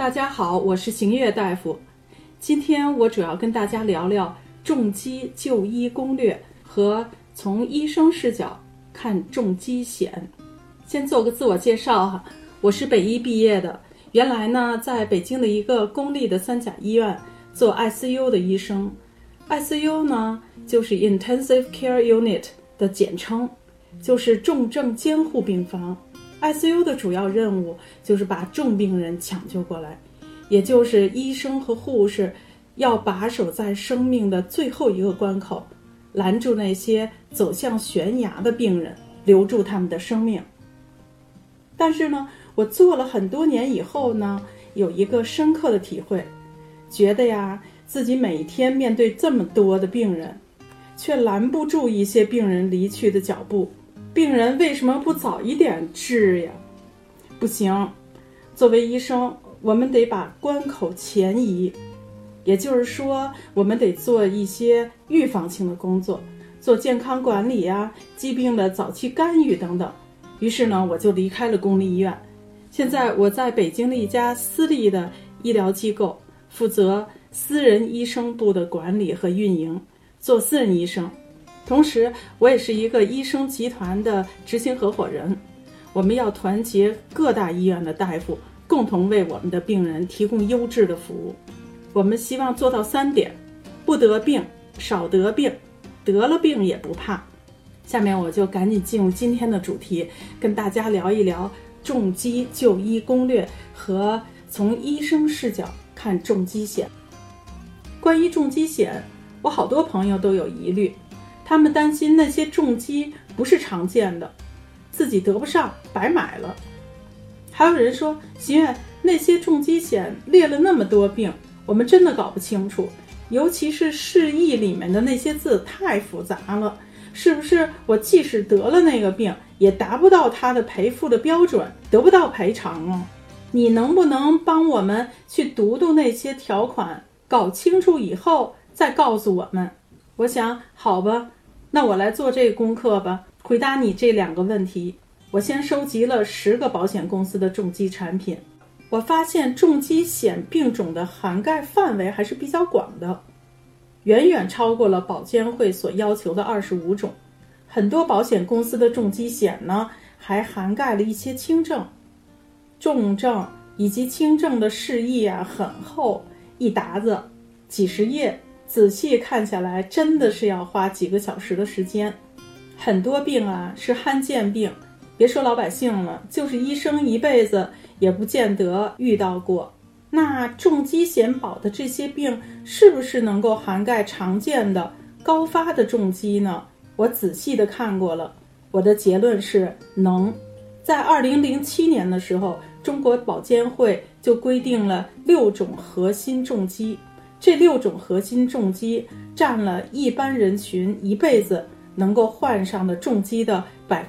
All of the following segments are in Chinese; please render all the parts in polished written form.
大家好，我是邢月大夫。今天我主要跟大家聊聊重疾就医攻略和从医生视角看重疾险。先做个自我介绍哈，我是北医毕业的，原来呢在北京的一个公立的3甲医院做 ICU 的医生。ICU 呢就是 Intensive Care Unit 的简称，就是重症监护病房。ICU 的主要任务就是把重病人抢救过来，也就是医生和护士要把守在生命的最后一个关口，拦住那些走向悬崖的病人，留住他们的生命。但是呢，我做了很多年以后呢，有一个深刻的体会，觉得呀，自己每天面对这么多的病人，却拦不住一些病人离去的脚步。病人为什么不早一点治呀？不行，作为医生，我们得把关口前移，也就是说，我们得做一些预防性的工作，做健康管理啊，疾病的早期干预等等。于是呢，我就离开了公立医院。现在我在北京的一家私立的医疗机构，负责私人医生部的管理和运营，做私人医生。同时我也是一个医生集团的执行合伙人，我们要团结各大医院的大夫，共同为我们的病人提供优质的服务。我们希望做到3点：不得病，少得病，得了病也不怕。下面我就赶紧进入今天的主题，跟大家聊一聊重疾就医攻略和从医生视角看重疾险。关于重疾险，我好多朋友都有疑虑，他们担心那些重疾不是常见的，自己得不上，白买了。还有人说，邢月，那些重疾险列了那么多病，我们真的搞不清楚，尤其是释义里面的那些字太复杂了，是不是我即使得了那个病，也达不到他的赔付的标准，得不到赔偿啊？你能不能帮我们去读读那些条款，搞清楚以后再告诉我们？我想，好吧，那我来做这个功课吧，回答你这2个问题。我先收集了10个保险公司的重疾产品，我发现重疾险病种的涵盖范围还是比较广的，远远超过了保监会所要求的25种。很多保险公司的重疾险呢，还涵盖了一些轻症、重症以及轻症的释义啊，很厚，一沓子几十页，仔细看下来真的是要花几个小时的时间。很多病啊是罕见病，别说老百姓了，就是医生一辈子也不见得遇到过。那重疾险保的这些病是不是能够涵盖常见的高发的重疾呢？我仔细的看过了，我的结论是能。在2007年的时候，中国保监会就规定了6种核心重疾，这6种核心重疾占了一般人群一辈子能够患上的重疾的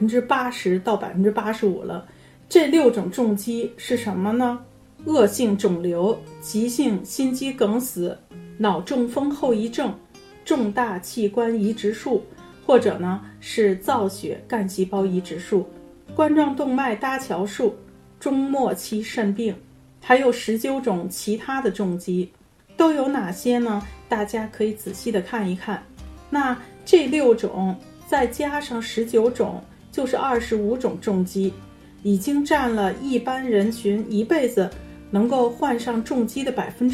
80%到85%了。这6种重疾是什么呢？恶性肿瘤、急性心肌梗死、脑中风后遗症、重大器官移植术，或者呢是造血干细胞移植术、冠状动脉搭桥术、中末期肾病，还有19种其他的重疾。都有哪些呢？大家可以仔细的看一看。那这6种再加上19种，就是25种重疾，已经占了一般人群一辈子能够患上重疾的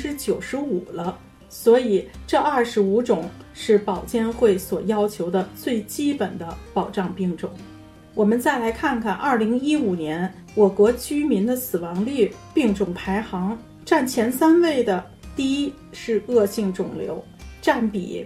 95%了。所以这25种是保监会所要求的最基本的保障病种。我们再来看看2015年我国居民的死亡率病种排行，占前3位的，第一是恶性肿瘤，占比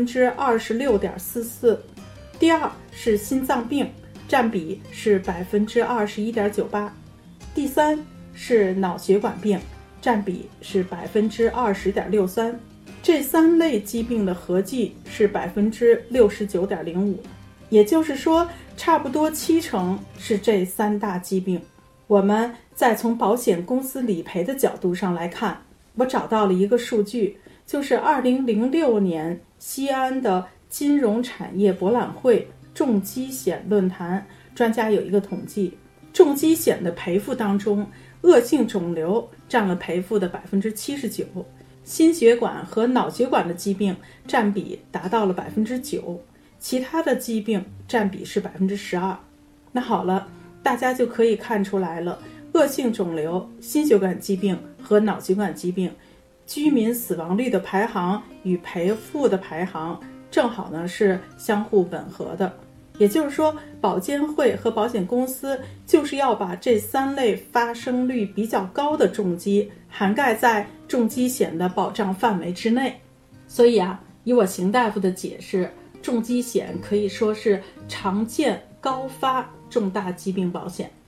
26.44%， 第二是心脏病，占比是 21.98%， 第三是脑血管病，占比是 20.63%， 这3类疾病的合计是 69.05%， 也就是说差不多70%是这3大疾病。我们再从保险公司理赔的角度上来看，我找到了一个数据，就是2006年西安的金融产业博览会重疾险论坛，专家有一个统计，重疾险的赔付当中， 恶性肿瘤占了赔付的79%，心血管和脑血管的疾病占比达到了9%，其他的疾病占比是12%。那好了，大家就可以看出来了，恶性肿瘤、心血管疾病和脑血管疾病居民死亡率的排行与赔付的排行正好呢是相互吻合的。也就是说，保监会和保险公司就是要把这3类发生率比较高的重疾涵盖在重疾险的保障范围之内。所以啊，以我邢大夫的解释，重疾险可以说是常见高发重大疾病保险。